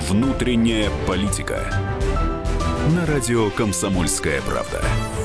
Внутренняя политика. На радио «Комсомольская правда».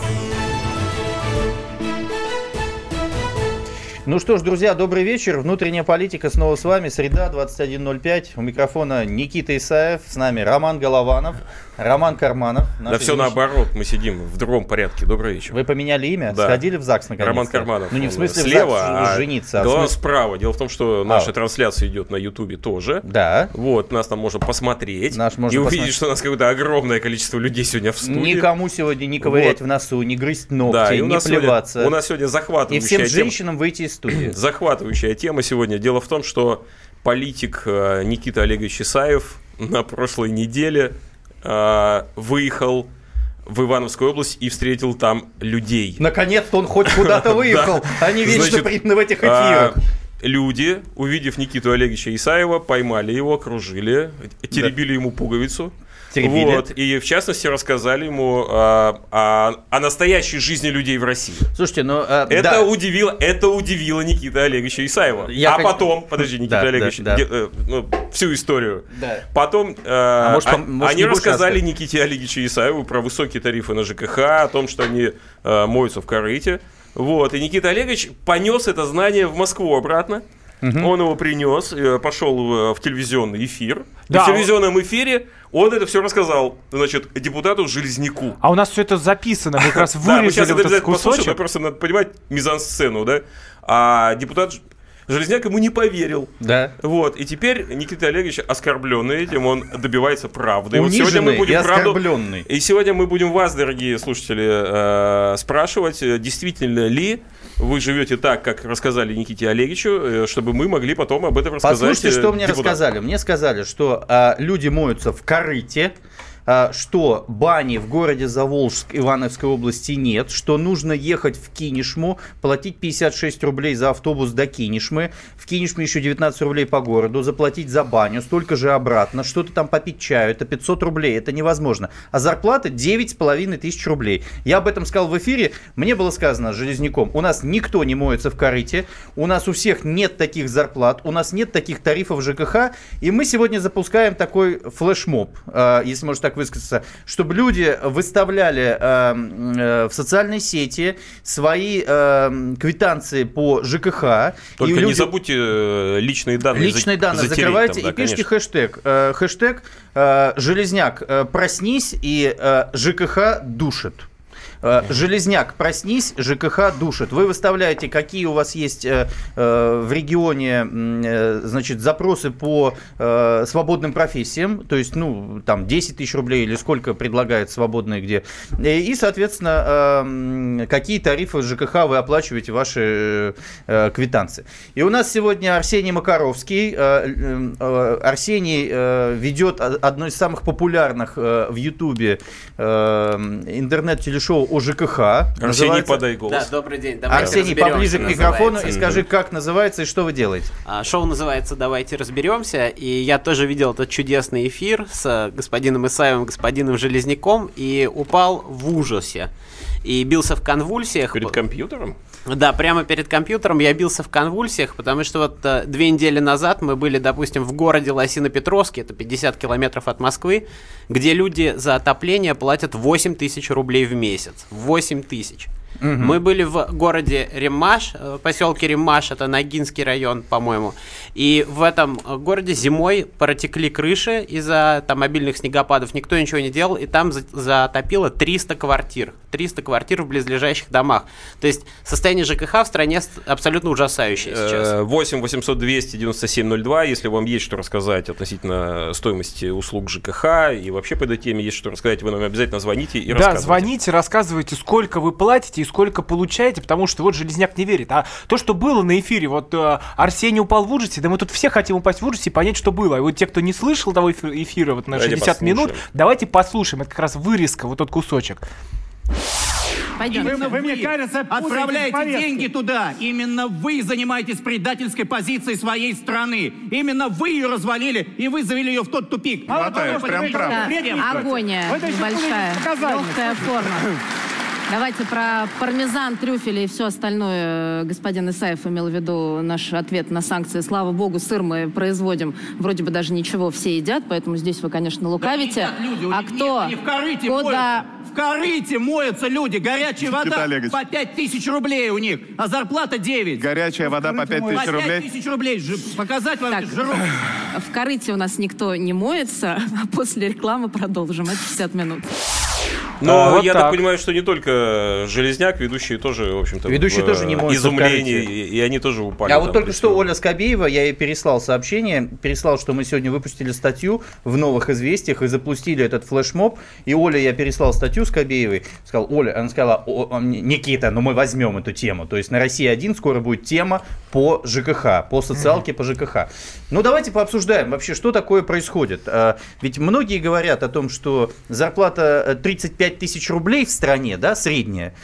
Ну что ж, друзья, добрый вечер. Внутренняя политика снова с вами. Среда, 21:05. У микрофона Никита Исаев. С нами Роман Голованов, Роман Карманов. Да все наоборот, мы сидим в другом порядке. Добрый вечер. Вы поменяли имя? Да. Сходили в ЗАГС наконец-то? Роман Карманов. Ну не в смысле слева, в ЗАГС жениться, а голова в смысле... справа. Дело в том, что наша трансляция идет на Ютубе тоже. Да. Вот, нас там можно посмотреть. Можно увидеть, что у нас какое-то огромное количество людей сегодня в студии. Никому сегодня не ковырять в носу, не грызть ногти, да, не плеваться. У нас сегодня захватывающая тема. И всем тема. женщинам выйти из студии. Захватывающая тема сегодня. Дело в том, что политик Никита Олегович Исаев на прошлой неделе выехал в Ивановскую область и встретил там людей. Наконец-то он хоть куда-то выехал, они вечно в этих эфирах. Люди, увидев Никиту Олеговича Исаева, поймали его, окружили, теребили ему пуговицу. Вот, и в частности рассказали ему о настоящей жизни людей в России. Слушайте, ну это удивило Никита Олеговича Исаева. Потом, подожди, Никита Олегович, всю историю. Да. Потом они рассказали Никите Олеговичу Исаеву про высокие тарифы на ЖКХ, о том, что они моются в корыте. Вот, и Никита Олегович понес это знание в Москву обратно. Он его принес, пошел в телевизионный эфир. Да, и в телевизионном эфире он это все рассказал, значит, депутату Железняку. А у нас все это записано, мы как раз вырезали вот этот кусочек. Просто надо понимать мизансцену, да? А депутат Железняк ему не поверил. Да. Вот. И теперь Никита Олегович, оскорбленный этим, он добивается правды. Униженный и оскорбленный. И сегодня мы будем вас, дорогие слушатели, спрашивать, действительно ли вы живете так, как рассказали Никите Олеговичу, чтобы мы могли потом об этом рассказать. Послушайте, что мне рассказали. Мне сказали, что люди моются в корыте, что бани в городе Заволжск Ивановской области нет, что нужно ехать в Кинешму, платить 56 рублей за автобус до Кинешмы, в Кинешме еще 19 рублей по городу, заплатить за баню, столько же обратно, что-то там попить чаю, это 500 рублей, это невозможно. А зарплата 9,5 тысяч рублей. Я об этом сказал в эфире, мне было сказано Железняком, у нас никто не моется в корыте, у нас у всех нет таких зарплат, у нас нет таких тарифов ЖКХ, и мы сегодня запускаем такой флешмоб, если можно так высказаться, чтобы люди выставляли в социальной сети свои квитанции по ЖКХ. Только не забудьте личные данные. Личные данные закрывайте и пишите хэштег. Хэштег «Железняк, проснись» и «ЖКХ душит». Железняк, проснись, ЖКХ душит. Вы выставляете, какие у вас есть в регионе, значит, запросы по свободным профессиям, то есть, ну, там, 10 тысяч рублей или сколько предлагают свободные где. И, соответственно, какие тарифы ЖКХ вы оплачиваете, ваши квитанции. И у нас сегодня Арсений Макаровский. Арсений ведет одно из самых популярных в Ютубе интернет-телешоу о ЖКХ. Арсений, подай голос. Да, добрый день. Давайте Арсений, поближе к микрофону и скажи, как называется и что вы делаете. Шоу называется «Давайте разберемся». И я тоже видел этот чудесный эфир с господином Исаевым, господином Железняком и упал в ужасе. И бился в конвульсиях. Перед компьютером? Да, прямо перед компьютером я бился в конвульсиях, потому что вот 2 недели назад мы были, допустим, в городе Лосино-Петровске, это 50 километров от Москвы, где люди за отопление платят 8 тысяч рублей в месяц. 8 тысяч. Угу. Мы были в городе Реммаш, поселке Реммаш, это Ногинский район, по-моему. И в этом городе зимой протекли крыши из-за там мобильных снегопадов, никто ничего не делал, и там затопило 300 квартир. 300 квартир в близлежащих домах. То есть состояние ЖКХ в стране абсолютно ужасающее сейчас. 8 800 297 02, если вам есть что рассказать относительно стоимости услуг ЖКХ и вообще по этой теме есть что рассказать, вы нам обязательно звоните и рассказывайте. Да, звоните, рассказывайте, сколько вы платите и сколько получаете, потому что вот Железняк не верит. А то, что было на эфире, вот Арсений упал в ужасе, да мы тут все хотим упасть в ужасе и понять, что было. И вот те, кто не слышал того эфира вот на 60 минут, давайте послушаем. Это как раз вырезка, вот тот кусочек. Вы, мне кажется, отправляете деньги туда. Именно вы занимаетесь предательской позицией своей страны. Именно вы ее развалили, и вы завели ее в тот тупик. Агония большая, легкая форма. Давайте про пармезан, трюфели и все остальное. Господин Исаев имел в виду наш ответ на санкции. Слава богу, сыр мы производим. Вроде бы даже ничего, все едят, поэтому здесь вы, конечно, лукавите. Да люди, а кто? Нет, в корыте куда? моются. В корыте моются люди. Горячая вода по 5000 рублей у них, а зарплата 9. Горячая вода по 5000 рублей? По 5000 рублей. Показать вам жирок. В корыте у нас никто не моется, а после рекламы продолжим. Это 60 минут. Но вот я так понимаю, что не только Железняк, ведущие тоже, в общем-то, ведущие тоже не моются изумление, и они тоже упали. А вот только что Оля Скобеева, я ей переслал сообщение, что мы сегодня выпустили статью в «Новых известиях» и запустили этот флешмоб. И Оля, я переслал статью Скобеевой, сказал, Оля, она сказала, Никита, мы возьмем эту тему. То есть на «Россия-1» скоро будет тема по ЖКХ, по социалке, по ЖКХ. Ну, давайте пообсуждаем вообще, что такое происходит. Ведь многие говорят о том, что зарплата 35 тысяч рублей в стране, да, средняя,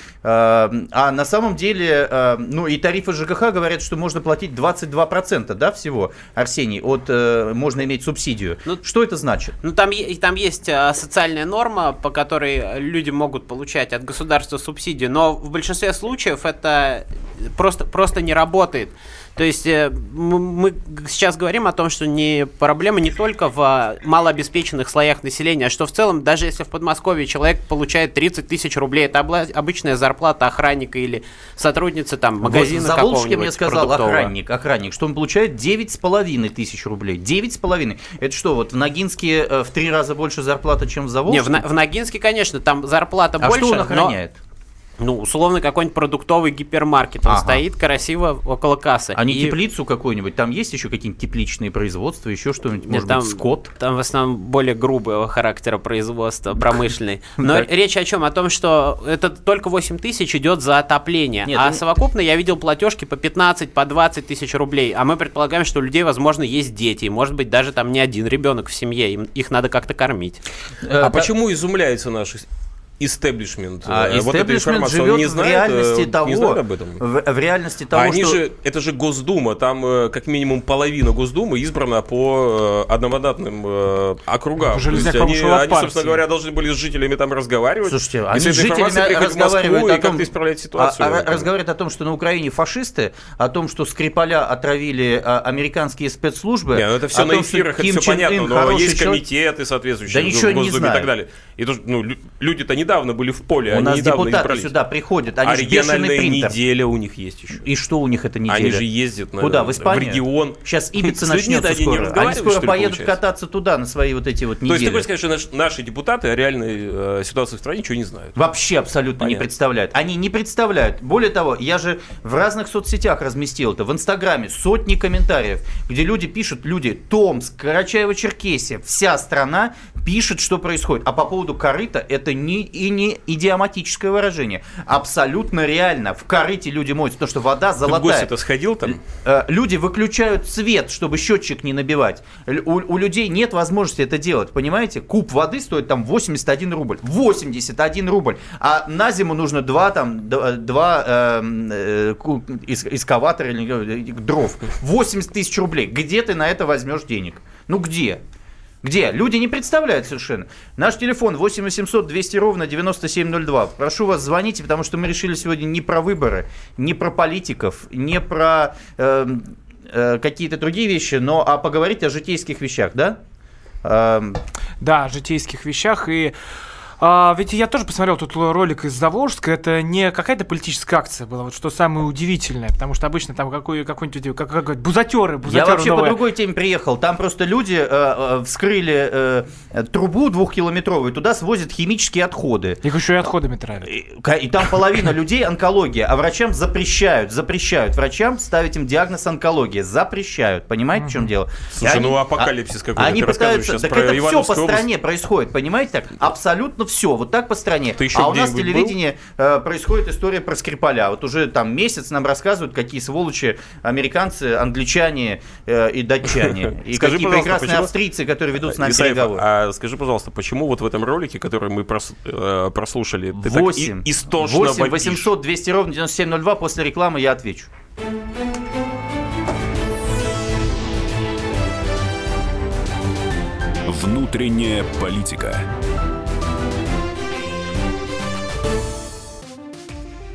а на самом деле, и тарифы ЖКХ говорят, что можно платить 22%, да, всего, Арсений, можно иметь субсидию. Что это значит? Там есть социальная норма, по которой люди могут получать от государства субсидию, но в большинстве случаев это просто не работает. То есть мы сейчас говорим о том, что проблема не только в малообеспеченных слоях населения, а что в целом, даже если в Подмосковье человек получает 30 тысяч рублей, это обычная зарплата охранника или сотрудницы магазина какого-нибудь. Заволжске мне сказал охранник, что он получает 9,5 тысяч рублей. 9,5. Это что, вот в Ногинске в 3 раза больше зарплата, чем в Заволжске? Не, в Ногинске, конечно, там зарплата больше. А что он охраняет? Условно, какой-нибудь продуктовый гипермаркет. Он стоит красиво около кассы. А не теплицу какую-нибудь? Там есть еще какие-нибудь тепличные производства, еще что-нибудь? Нет, может быть, скот? Там в основном более грубого характера производства, промышленный. Но речь о чем? О том, что это только 8 тысяч идет за отопление. А совокупно я видел платежки по 15, по 20 тысяч рублей. А мы предполагаем, что у людей, возможно, есть дети. И, может быть, даже там не один ребенок в семье. Их надо как-то кормить. А почему изумляется наши... Истеблишмент. Истеблишмент живет в реальности того, это же Госдума, там как минимум половина Госдумы избрана по одномандатным округам. Они, собственно говоря, должны были с жителями там разговаривать. Слушайте, они с жителями разговаривают о том, как-то исправлять ситуацию. Разговаривают о том, что на Украине фашисты, о том, что Скрипаля отравили американские спецслужбы. Нет, это все на эфирах, это все понятно, но есть комитеты соответствующие в Госдуме и так далее. И люди-то недавно были в поле, у нас депутаты сюда приходят, они же бешеный принтер. Неделя у них есть еще. И что у них эта неделя? Они же ездят куда? В Испанию? В регион. Сейчас Ибица начнется скоро. Они скоро поедут кататься туда на свои вот эти вот недели. То есть ты хочешь сказать, что наши депутаты о реальной ситуации в стране ничего не знают? Вообще абсолютно не представляют. Они не представляют. Более того, я же в разных соцсетях разместил это, в Инстаграме сотни комментариев, где люди пишут, Томск, Карачаево-Черкесия, вся страна пишет, что происходит. А по поводу корыта, это не идиоматическое выражение. Абсолютно реально. В корыте люди моются, потому что вода золотая. Ты в гости-то сходил там? Люди выключают свет, чтобы счетчик не набивать. У людей нет возможности это делать, понимаете? Куб воды стоит там 81 рубль. 81 рубль. А на зиму нужно два эскаватора или дров. 80 тысяч рублей. Где ты на это возьмешь денег? Где? Где? Люди не представляют совершенно. Наш телефон 8 800 200 ровно 9702. Прошу вас, звоните, потому что мы решили сегодня не про выборы, не про политиков, не про какие-то другие вещи, а поговорить о житейских вещах, да? Да, о житейских вещах. И ведь я тоже посмотрел тут ролик из Заволжска, это не какая-то политическая акция была, вот что самое удивительное, потому что обычно там какой-нибудь бузатеры Я вообще по другой теме приехал, там просто люди вскрыли трубу 2-километровую, туда свозят химические отходы. Их еще и отходами травят. И там половина людей онкология, а врачам запрещают врачам ставить им диагноз онкология, запрещают, понимаете, в чем дело? Слушай, апокалипсис какой-то, они пытаются, так это все по стране происходит, понимаете, так, абсолютно все, вот так по стране. А у нас в телевидении происходит история про Скрипаля. Вот уже там месяц нам рассказывают, какие сволочи американцы, англичане и датчане. И какие прекрасные австрийцы, которые ведут с нами переговоры. А скажи, пожалуйста, почему вот в этом ролике, который мы прослушали, ты так истошно 8 800 200 ровно 9702, после рекламы я отвечу. Внутренняя политика.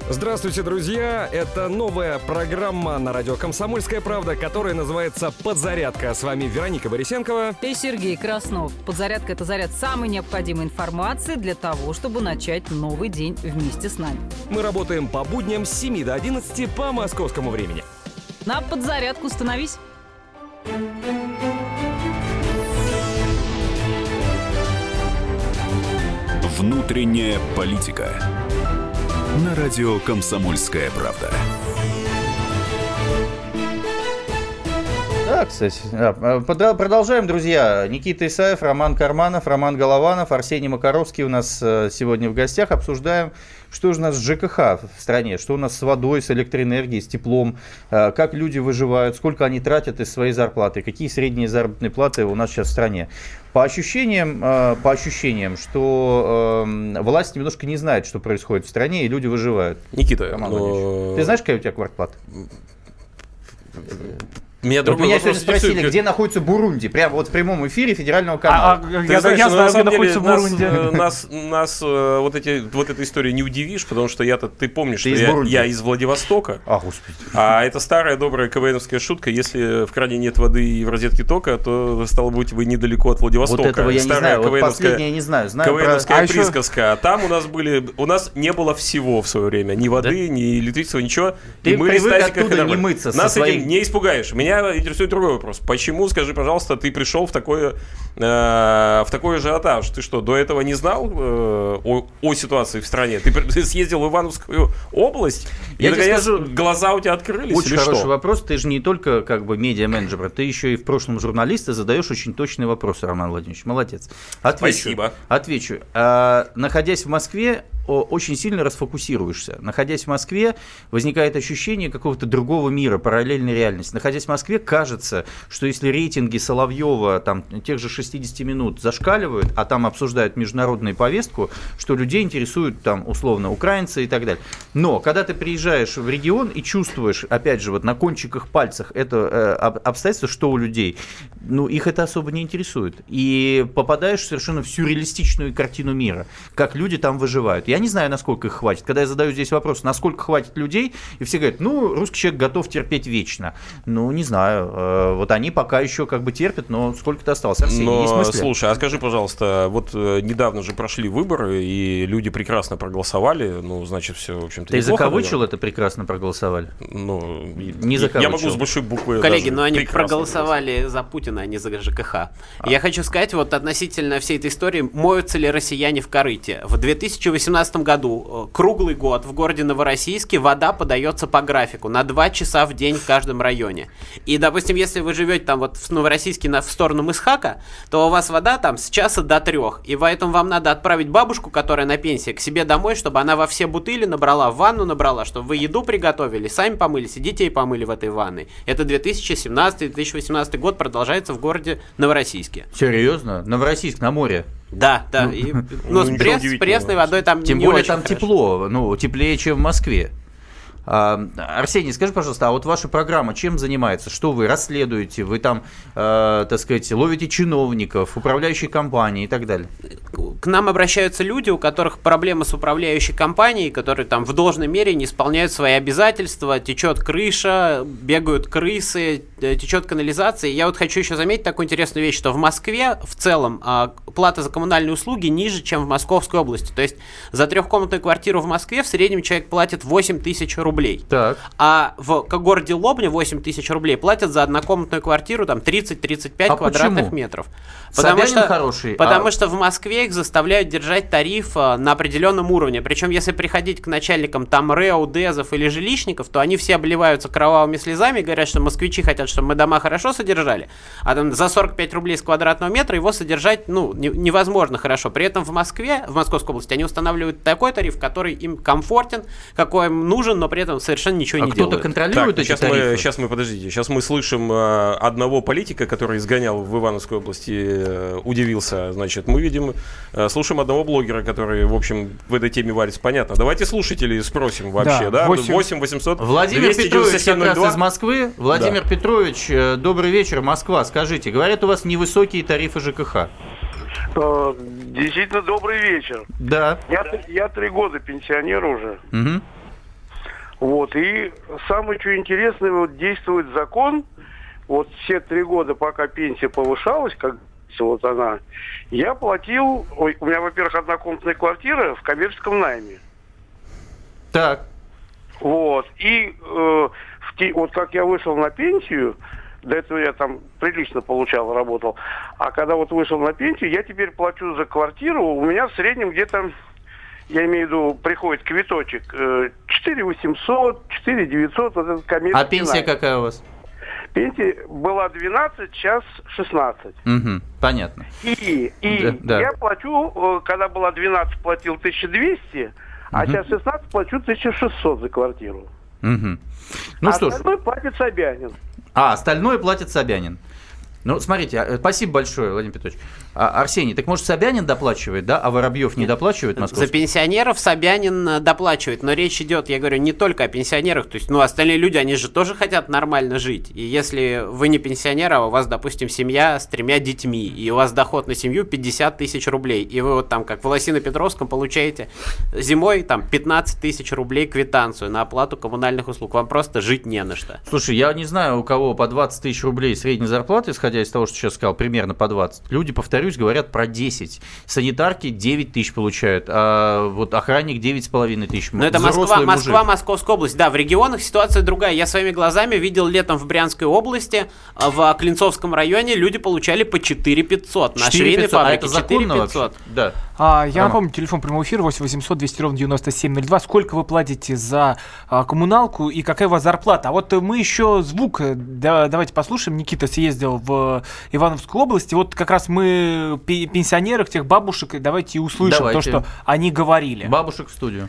Здравствуйте, друзья! Это новая программа на радио «Комсомольская правда», которая называется «Подзарядка». С вами Вероника Борисенкова и Сергей Краснов. «Подзарядка» — это заряд самой необходимой информации для того, чтобы начать новый день вместе с нами. Мы работаем по будням с 7 до 11 по московскому времени. На подзарядку становись. Внутренняя политика. На радио «Комсомольская правда». Да, кстати. Продолжаем, друзья. Никита Исаев, Роман Карманов, Роман Голованов, Арсений Макаровский у нас сегодня в гостях. Обсуждаем, что же у нас с ЖКХ в стране, что у нас с водой, с электроэнергией, с теплом, как люди выживают, сколько они тратят из своей зарплаты, какие средние заработные платы у нас сейчас в стране. По ощущениям, что власть немножко не знает, что происходит в стране, и люди выживают. Никита, ты знаешь, какая у тебя квартплата? Меня сегодня спросили, где находится Бурунди. Прямо вот в прямом эфире федерального канала. Я знаю, где находится Бурунди. Нас вот эта история не удивишь, потому что ты помнишь, что я из Владивостока. Господи. А это старая добрая КВНовская шутка. Если в кране нет воды и в розетке тока, то, стало быть, вы недалеко от Владивостока. Вот этого я не знаю. Вот последнее я не знаю. КВНовская присказка. Там у нас не было всего в свое время. Ни воды, ни электричества, ничего. Ты привык оттуда не мыться. Нас этим не испугаешь. Меня интересует другой вопрос. Почему, скажи, пожалуйста, ты пришел в такой ажиотаж? Ты что, до этого не знал о ситуации в стране? Ты съездил в Ивановскую область, и, наконец, глаза у тебя открылись? Очень хороший вопрос. Ты же не только медиа-менеджер, ты еще и в прошлом журналист, и задаешь очень точные вопросы, Роман Владимирович. Молодец. Спасибо. Отвечу. Находясь в Москве, очень сильно расфокусируешься. Находясь в Москве, возникает ощущение какого-то другого мира, параллельной реальности. Находясь в Москве, кажется, что если рейтинги Соловьева, тех же 60 минут зашкаливают, а там обсуждают международную повестку, что людей интересуют, условно, украинцы и так далее. Но, когда ты приезжаешь в регион и чувствуешь, опять же, на кончиках пальцах это обстоятельство, что у людей, их это особо не интересует. И попадаешь совершенно в сюрреалистичную картину мира, как люди там выживают. Я не знаю, насколько их хватит. Когда я задаю здесь вопрос, насколько хватит людей, и все говорят, русский человек готов терпеть вечно. Не знаю. Вот они пока еще терпят, но сколько-то осталось. Арсений, есть мысли? Слушай, а скажи, пожалуйста, вот недавно же прошли выборы, и люди прекрасно проголосовали, значит, все, в общем-то, ты закавычил это «прекрасно проголосовали»? Не закавычил. Я могу с большой буквы. Коллеги, но они проголосовали за Путина, а не за ЖКХ. Я хочу сказать, относительно всей этой истории, моются ли россияне в корыте. В 2018 году, круглый год, в городе Новороссийске вода подается по графику на 2 часа в день в каждом районе. И, допустим, если вы живете в Новороссийске в сторону Мысхака, то у вас вода с часа до 3. И поэтому вам надо отправить бабушку, которая на пенсии, к себе домой, чтобы она во все бутыли набрала, в ванну набрала, чтобы вы еду приготовили, сами помылись и детей помыли в этой ванной. Это 2017-2018 год продолжается в городе Новороссийске. Серьезно? Новороссийск на море? Да. С пресной водой там тем не более очень там хорошо. Тепло, теплее, чем в Москве. Арсений, скажи, пожалуйста, а вот ваша программа чем занимается? Что вы расследуете? Вы ловите чиновников, управляющие компании и так далее? К нам обращаются люди, у которых проблемы с управляющей компанией, которые в должной мере не исполняют свои обязательства, течет крыша, бегают крысы, течет канализация. Я хочу еще заметить такую интересную вещь, что в Москве в целом плата за коммунальные услуги ниже, чем в Московской области. То есть за 3-комнатную квартиру в Москве в среднем человек платит 8 тысяч рублей. Так. А в городе Лобне 8 тысяч рублей платят за однокомнатную квартиру 30-35 квадратных метров. Потому что в Москве их заставляют держать тариф на определенном уровне. Причем, если приходить к начальникам РЭО, ДЭЗов или жилищников, то они все обливаются кровавыми слезами и говорят, что москвичи хотят, чтобы мы дома хорошо содержали, а за 45 рублей с квадратного метра его содержать невозможно хорошо. При этом в Москве, в Московской области, они устанавливают такой тариф, который им комфортен, какой им нужен, но при этом совершенно ничего не делают. Кто-то контролирует эти тарифы? Сейчас мы слышим одного политика, который изгонял в Ивановской области, удивился. Значит, мы слушаем одного блогера, который, в общем, в этой теме варится. Понятно. Давайте слушателей спросим вообще, да? 8 800 Владимир Петрович как раз из Москвы. Владимир Петрович, добрый вечер, Москва. Скажите, говорят, у вас невысокие тарифы ЖКХ? Действительно, добрый вечер. Да. Я 3 года пенсионер уже. Угу. Вот, и самое что интересное, вот действует закон, вот все 3 года, пока пенсия повышалась, как вот она, я платил, у меня, во-первых, однокомнатная квартира в коммерческом найме. Так. Вот, и вот как я вышел на пенсию, до этого я там прилично получал, работал, а когда вот вышел на пенсию, я теперь плачу за квартиру, у меня в среднем где-то, я имею в виду, приходит квиточек 4800, 4900, вот этот коммерческий. А пенсия какая у вас? Пенсия была 12, сейчас 16. Угу, понятно. И я плачу, когда была 12, платил 1200, а сейчас 16 плачу 1600 за квартиру. Угу. Ну что ж. Остальное платит Собянин. Остальное платит Собянин. Ну, смотрите, спасибо большое, Владимир Петрович. Арсений, так может Собянин доплачивает, да, а Воробьев не доплачивает московский? За пенсионеров Собянин доплачивает, но речь идет, я говорю, не только о пенсионерах, то есть, остальные люди, они же тоже хотят нормально жить, и если вы не пенсионер, а у вас, допустим, семья с 3 детьми, и у вас доход на семью 50 тысяч рублей, и вы вот там, как в Лосино-Петровском, получаете зимой там 15 тысяч рублей квитанцию на оплату коммунальных услуг, вам просто жить не на что. Слушай, я не знаю, у кого по 20 тысяч рублей средней зарплаты, исходя из того, что сейчас сказал, примерно по 20. Люди, повторюсь, говорят про 10. Санитарки 9 тысяч получают, а вот охранник 9,5 тысяч. Но это Москва, Московская область. Да, в регионах ситуация другая. Я своими глазами видел летом в Брянской области, в Клинцовском районе люди получали по 4500 на швейной фабрике. Это законно 4500. Да. Я напомню, телефон прямого эфира 8 800 200 ровно 9702. Сколько вы платите за коммуналку и какая у вас зарплата? А вот мы еще звук давайте послушаем. Никита съездил в Ивановскую область. И вот как раз мы пенсионеров, тех бабушек, давайте и услышим то, что они говорили. Бабушек в студию.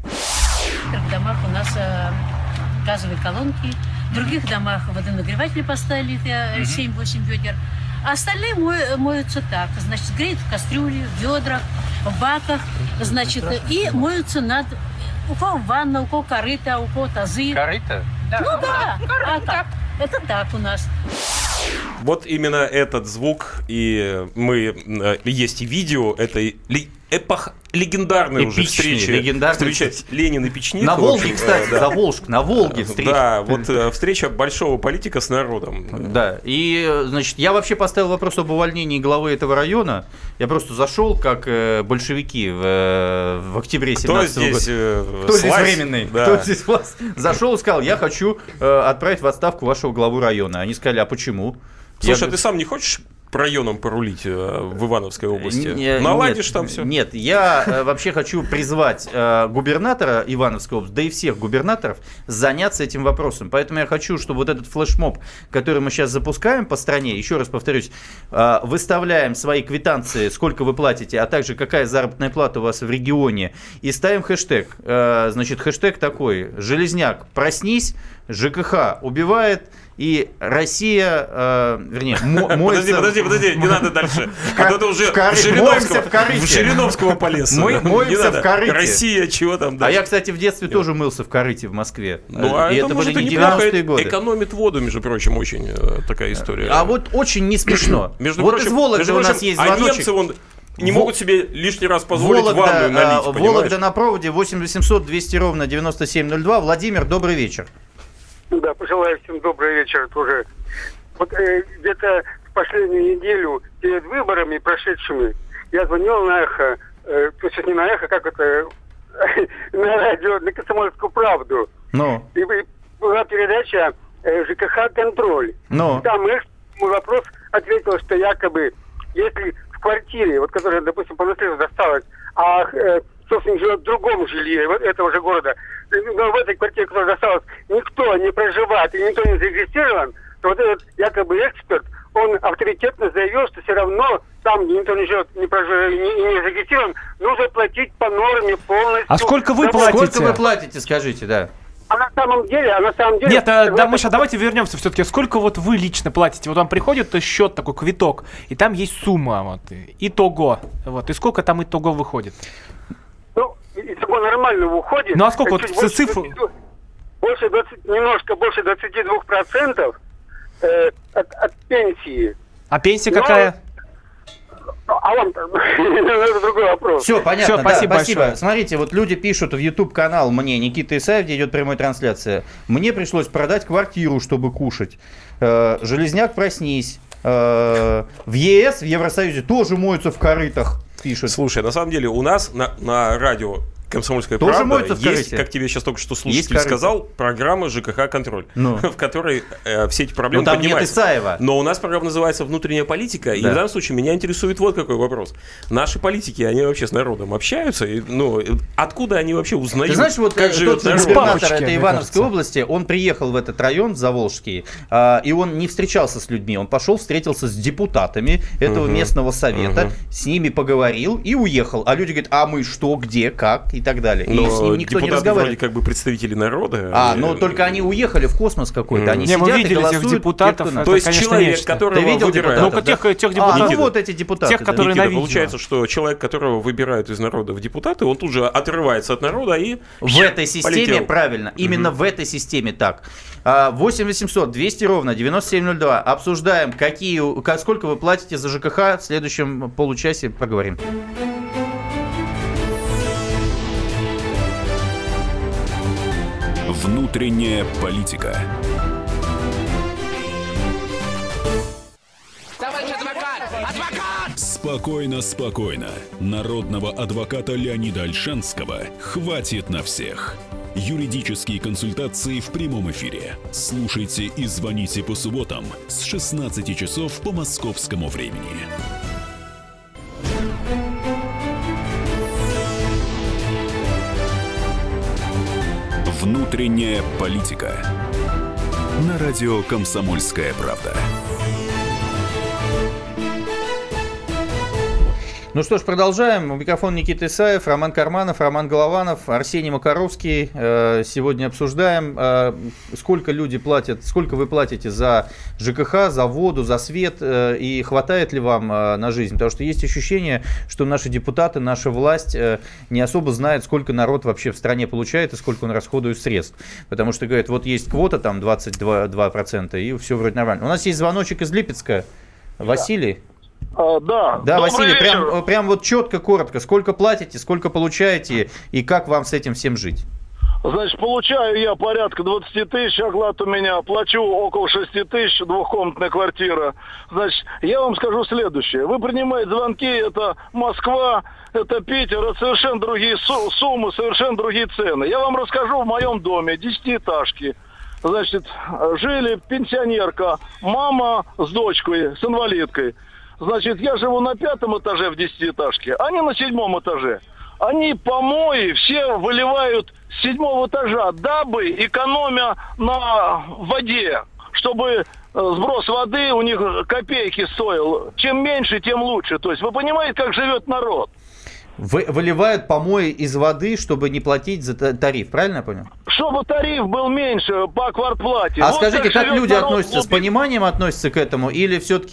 В домах у нас газовые колонки. В других домах водонагреватели поставили 7-8 ведер. А остальные моются так. Значит, греют в кастрюле, в ведрах, в баках. Значит, и моются у кого ванна, у кого корыто, у кого тазы. Корыто? Да. Ну да. А так. Это так у нас. Вот именно этот звук, и есть и видео этой легендарной уже встречи Ленин и Печника. На Волге, кстати, на Волге встреча. Да, вот встреча большого политика с народом. Да, и, значит, я вообще поставил вопрос об увольнении главы этого района. Я просто зашел, как большевики в октябре 17 года. Кто здесь временный, кто здесь власть. Зашел и сказал, я хочу отправить в отставку вашего главу района. Они сказали, а почему? Слушай, а ты сам не хочешь районом порулить в Ивановской области? Наладишь там все? Нет, я вообще хочу призвать губернатора Ивановской области, да и всех губернаторов, заняться этим вопросом. Поэтому я хочу, чтобы вот этот флешмоб, который мы сейчас запускаем по стране, еще раз повторюсь, выставляем свои квитанции, сколько вы платите, а также какая заработная плата у вас в регионе, и ставим хэштег. Значит, хэштег такой: Железняк, проснись, ЖКХ убивает, и Россия, моется... Подожди, не надо дальше. А то ты уже в Жириновского полез. Моемся в корыте. Россия, чего там дальше? А я, кстати, в детстве тоже мылся в корыте в Москве. И это были не 90-е годы. Экономит воду, между прочим, очень такая история. А вот очень не смешно. Вот из Вологды у нас есть звоночек. А немцы, не могут себе лишний раз позволить ванную налить, понимаешь? Вологда на проводе, 8 800 200 ровно 9702. Владимир, добрый вечер. Да, пожелаю всем добрый вечер тоже. Вот где-то в последнюю неделю перед выборами прошедшими я звонил на эхо, то есть не на эхо, как это, на радио, на «Комсомольскую правду». И была передача ЖКХ «Контроль». Там мой вопрос ответил, что якобы, если в квартире, вот которая, допустим, по наследству досталась, а собственник живет в другом жилье этого же города, но в этой квартире, которая досталась, никто не проживает и никто не зарегистрирован, то вот этот якобы эксперт, он авторитетно заявил, что все равно там, где никто не живет, не зарегистрирован, нужно платить по норме полностью. А сколько вы платите? Сколько вы платите, скажите, да. А на самом деле... Нет, да, мы сейчас давайте вернемся все-таки. Сколько вот вы лично платите? Вот вам приходит счет, такой квиток, и там есть сумма, вот, итого. Вот, и сколько там итого выходит? Ну, итого нормально выходит. Ну, а сколько вот цифр? Немножко больше 22% от пенсии. А пенсия какая? А вам это другой вопрос. Все, понятно. Все, спасибо большое. Смотрите, вот люди пишут в YouTube-канал мне, Никита Исаев, где идет прямая трансляция. Мне пришлось продать квартиру, чтобы кушать. Железняк, проснись. В ЕС, в Евросоюзе тоже моются в корытах, пишут. Слушай, на самом деле у нас на радио «Комсомольская правда» есть, как тебе сейчас только что слушатель сказал, программа ЖКХ «Контроль», в которой все эти проблемы поднимаются. Но у нас программа называется «Внутренняя политика», и в данном случае меня интересует вот какой вопрос. Наши политики, они вообще с народом общаются? Откуда они вообще узнают, ты знаешь, вот как живет народ? Губернатор этой Ивановской области, он приехал в этот район, Заволжский, и он не встречался с людьми, он пошел, встретился с депутатами этого местного совета, с ними поговорил и уехал. А люди говорят, а мы что, где, как? И так далее. Но и с ним никто не разговаривает. Вроде как бы представители народа. Но только они уехали в космос какой-то. Они сидят и голосуют. Этих депутатов. То есть человек, которого выбирают. Ну-ка, тех депутатов. Вот эти депутаты. Тех, которые на видео. Получается, что человек, которого выбирают из народа в депутаты, он тут же отрывается от народа и в этой системе, полетел. Правильно, именно в этой системе так. 8 800 200 ровно 9702. Обсуждаем, сколько вы платите за ЖКХ. В следующем получасе поговорим. Внутренняя политика. Товарищ адвокат! Адвокат! Спокойно, спокойно. Народного адвоката Леонида Ольшанского хватит на всех. Юридические консультации в прямом эфире. Слушайте и звоните по субботам с 16 часов по московскому времени. Внутренняя политика. На радио «Комсомольская правда». Ну что ж, продолжаем. У микрофона Никита Исаев, Роман Карманов, Роман Голованов, Арсений Макаровский. Сегодня обсуждаем, сколько вы платите за ЖКХ, за воду, за свет, и хватает ли вам на жизнь. Потому что есть ощущение, что наши депутаты, наша власть не особо знает, сколько народ вообще в стране получает и сколько он расходует средств. Потому что, говорят, вот есть квота, там 22%, и все вроде нормально. У нас есть звоночек из Липецка. Василий? Да, Василий, прям вот четко, коротко. Сколько платите, сколько получаете и как вам с этим всем жить? Значит, получаю я порядка 20 тысяч, оклад у меня, плачу около 6 тысяч, двухкомнатная квартира. Значит, я вам скажу следующее. Вы принимаете звонки, это Москва, это Питер, это совершенно другие суммы, совершенно другие цены. Я вам расскажу в моем доме, 10-этажки. Значит, жили пенсионерка, мама с дочкой, с инвалидкой. Значит, я живу на 5-м этаже в 10-этажке, они на 7-м этаже. Они помои все выливают с 7-го этажа, дабы экономя на воде, чтобы сброс воды у них копейки стоил. Чем меньше, тем лучше. То есть вы понимаете, как живет народ? Выливают помои из воды, чтобы не платить за тариф, правильно я понял? Чтобы тариф был меньше по квартплате. А вот скажите, как люди относятся? С пониманием относятся к этому или все-таки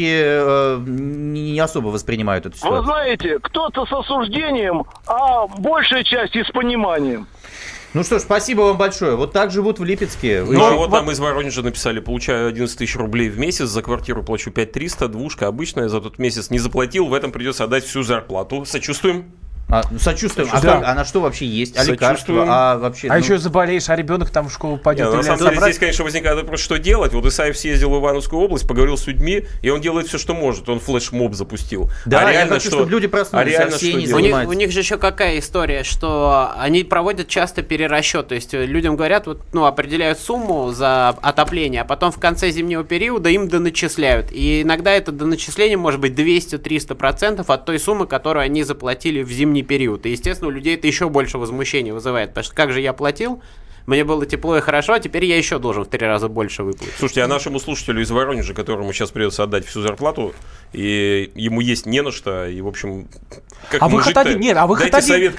не особо воспринимают эту ситуацию? Вы знаете, кто-то с осуждением, а большая часть и с пониманием. Ну что ж, спасибо вам большое. Вот так живут в Липецке. Вот нам из Воронежа написали: получаю 11 тысяч рублей в месяц, за квартиру плачу 5300, двушка обычная, за тот месяц не заплатил, в этом придется отдать всю зарплату. Сочувствуем. Сочувствуем. А на что вообще есть? А лекарства? Еще заболеешь, а ребенок там в школу пойдет. На самом деле здесь, конечно, возникает вопрос, что делать. Вот Исаев съездил в Ивановскую область, поговорил с людьми, и он делает все, что может. Он флешмоб запустил. Да, я хочу, чтобы люди проснулись, Арсений занимается. У них же еще какая история, что они проводят часто перерасчет. То есть людям говорят, определяют сумму за отопление, а потом в конце зимнего периода им доначисляют. И иногда это доначисление может быть 200-300% от той суммы, которую они заплатили в зимний период. И, естественно, у людей это еще больше возмущения вызывает. Потому что как же я платил, мне было тепло и хорошо, а теперь я еще должен в 3 раза больше выплатить. Слушайте, а нашему слушателю из Воронежа, которому сейчас придется отдать всю зарплату, и ему есть не на что, и, в общем, как выход один? Нет, а выход дайте один. совет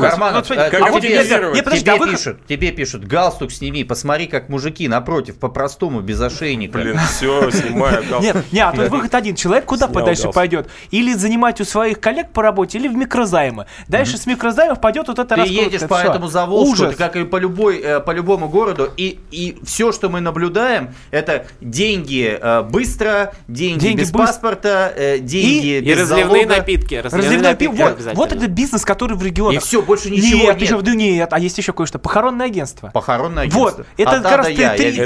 какой-нибудь. Тебе пишут, галстук сними, посмотри, как мужики напротив, по-простому, без ошейника. Блин, все, снимаю галстук. Нет, тут выход один. Человек куда подальше пойдет? Или занимать у своих коллег по работе, или в микрозаймы. Дальше с микрозаймов пойдет вот это расходка. Ты едешь по этому Заволжску, ты как и по любой по любому городу, и все, что мы наблюдаем, это деньги быстро, деньги без паспорта, деньги без разливные напитки. Вот это бизнес, который в регионах. И все, больше ничего нет. Нет, а есть еще кое-что. Похоронное агентство. Похоронное агентство. Вот, это как раз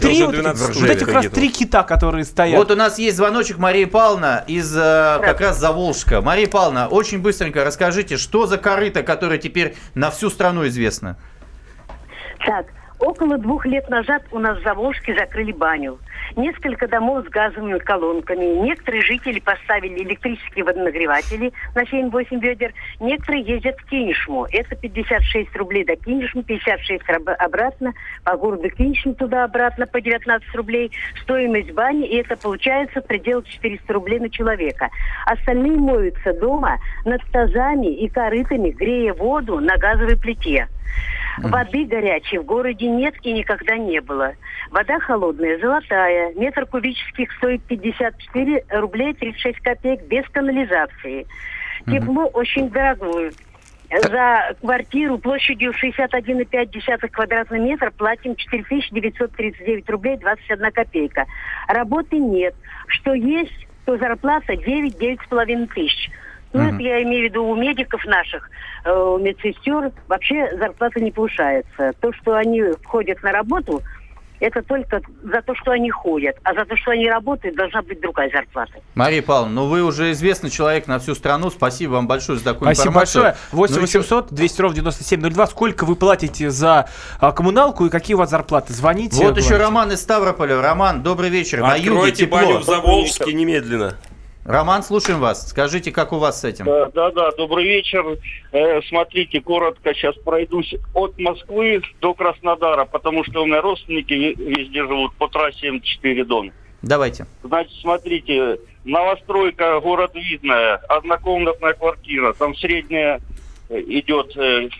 три кита, которые стоят. Вот у нас есть звоночек, Мария Павловна из как раз Заволжска. Мария Павловна, очень быстренько расскажите, что за корыто, которое теперь на всю страну известно? Так, около 2 лет назад у нас в Заволжске закрыли баню. Несколько домов с газовыми колонками. Некоторые жители поставили электрические водонагреватели на 7-8 ведер. Некоторые ездят в Кинешму. Это 56 рублей до Кинешмы, 56 обратно. По городу Кинешму туда-обратно по 19 рублей. Стоимость бани, и это получается в пределах 400 рублей на человека. Остальные моются дома над тазами и корытами, грея воду на газовой плите. Воды горячей в городе нет и никогда не было. Вода холодная, золотая. Метр кубических стоит 54 рублей 36 копеек без канализации. Тепло очень дорогое. За квартиру площадью 61,5 квадратных метра платим 4939 рублей 21 копейка. Работы нет. Что есть, то зарплата 9-9,5 тысяч. Ну, это я имею в виду у медиков наших, у медсестер, вообще зарплата не повышается. То, что они ходят на работу, это только за то, что они ходят. А за то, что они работают, должна быть другая зарплата. Мария Павловна, вы уже известный человек на всю страну. Спасибо вам большое за такую информацию. Спасибо большое. 8 800 200 ровно 9702. Сколько вы платите за коммуналку и какие у вас зарплаты? Звоните. Вот еще Роман из Ставрополя. Роман, добрый вечер. Откройте баню в Заволжске немедленно. Роман, слушаем вас. Скажите, как у вас с этим? Да, добрый вечер. Смотрите, коротко сейчас пройдусь от Москвы до Краснодара, потому что у меня родственники везде живут по трассе М4 Дон. Давайте. Значит, смотрите, новостройка, город Видное, однокомнатная квартира, там средняя идет